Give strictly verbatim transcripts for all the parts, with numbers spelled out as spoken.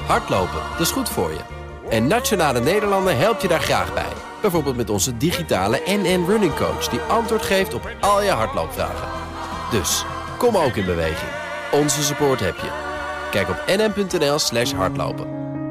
Hardlopen, dat is goed voor je. En Nationale Nederlanden helpt je daar graag bij. Bijvoorbeeld met onze digitale N N Running Coach... die antwoord geeft op al je hardloopvragen. Dus, kom ook in beweging. Onze support heb je. Kijk op nn.nl slash hardlopen.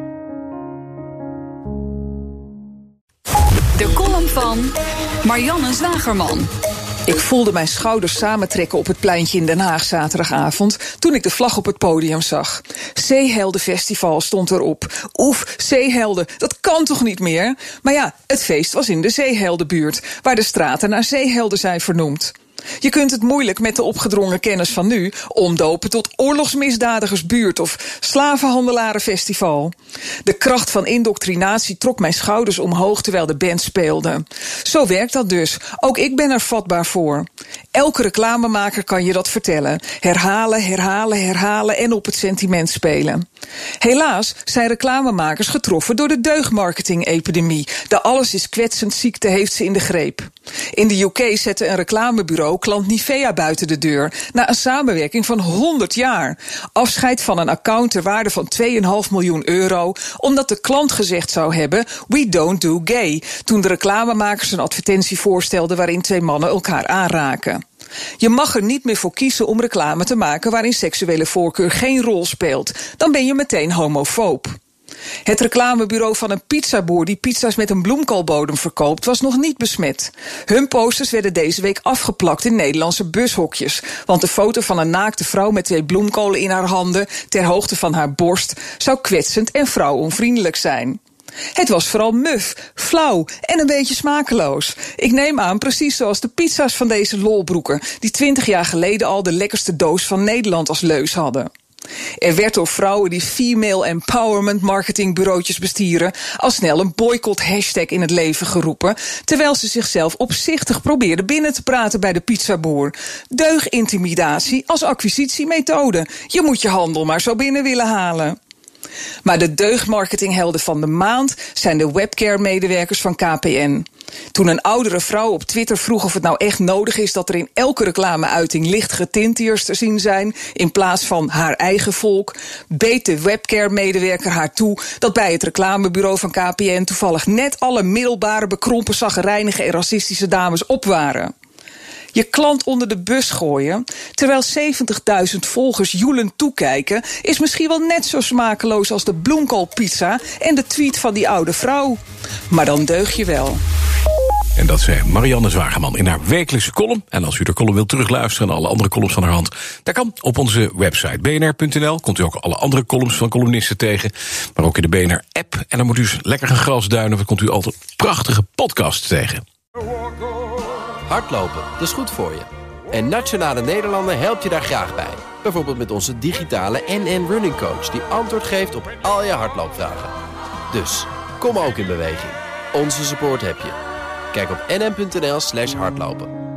De column van Marianne Zwagerman. Ik voelde mijn schouders samentrekken op het pleintje in Den Haag zaterdagavond... toen ik de vlag op het podium zag. Zeeheldenfestival stond erop. Oef, zeehelden, dat kan toch niet meer? Maar ja, het feest was in de Zeeheldenbuurt... waar de straten naar zeehelden zijn vernoemd. Je kunt het moeilijk met de opgedrongen kennis van nu... omdopen tot oorlogsmisdadigersbuurt of slavenhandelarenfestival. De kracht van indoctrinatie trok mijn schouders omhoog terwijl de band speelde. Zo werkt dat dus. Ook ik ben er vatbaar voor. Elke reclamemaker kan je dat vertellen. Herhalen, herhalen, herhalen en op het sentiment spelen. Helaas zijn reclamemakers getroffen door de deugdmarketing-epidemie. De alles is kwetsend ziekte heeft ze in de greep. In de U K zette een reclamebureau klant Nivea buiten de deur... na een samenwerking van honderd jaar. Afscheid van een account ter waarde van twee komma vijf miljoen euro... omdat de klant gezegd zou hebben... we don't do gay... toen de reclamemakers een advertentie voorstelden... waarin twee mannen elkaar aanraken. Je mag er niet meer voor kiezen om reclame te maken... waarin seksuele voorkeur geen rol speelt. Dan ben je meteen homofoob. Het reclamebureau van een pizzaboer die pizza's met een bloemkoolbodem verkoopt was nog niet besmet. Hun posters werden deze week afgeplakt in Nederlandse bushokjes. Want de foto van een naakte vrouw met twee bloemkolen in haar handen ter hoogte van haar borst zou kwetsend en vrouwonvriendelijk zijn. Het was vooral muf, flauw en een beetje smakeloos. Ik neem aan precies zoals de pizza's van deze lolbroeken... die twintig jaar geleden al de lekkerste doos van Nederland als leus hadden. Er werd door vrouwen die female empowerment marketingbureautjes bestieren... al snel een boycott-hashtag in het leven geroepen... terwijl ze zichzelf opzichtig probeerden binnen te praten bij de pizzaboer. Deugdintimidatie als acquisitiemethode. Je moet je handel maar zo binnen willen halen. Maar de deugdmarketinghelden van de maand zijn de webcare-medewerkers van K P N. Toen een oudere vrouw op Twitter vroeg of het nou echt nodig is... dat er in elke reclameuiting licht tintiers te zien zijn... in plaats van haar eigen volk, beet de webcare-medewerker haar toe... dat bij het reclamebureau van K P N toevallig net alle middelbare... bekrompen, chagrijnige en racistische dames op waren. Je klant onder de bus gooien, terwijl zeventigduizend volgers joelend toekijken... is misschien wel net zo smakeloos als de bloemkoolpizza... en de tweet van die oude vrouw. Maar dan deug je wel. En dat zei Marianne Zwagerman in haar wekelijkse column. En als u de column wilt terugluisteren en alle andere columns van haar hand... dat kan op onze website b n r punt n l. Komt u ook alle andere columns van columnisten tegen. Maar ook in de B N R-app. En dan moet u lekker gaan grasduinen... want dan komt u altijd prachtige podcasts tegen. Hardlopen, dat is goed voor je. En Nationale Nederlanden helpt je daar graag bij. Bijvoorbeeld met onze digitale N N Running Coach... die antwoord geeft op al je hardloopvragen. Dus, kom ook in beweging. Onze support heb je. Kijk op nn.nl slash hardlopen.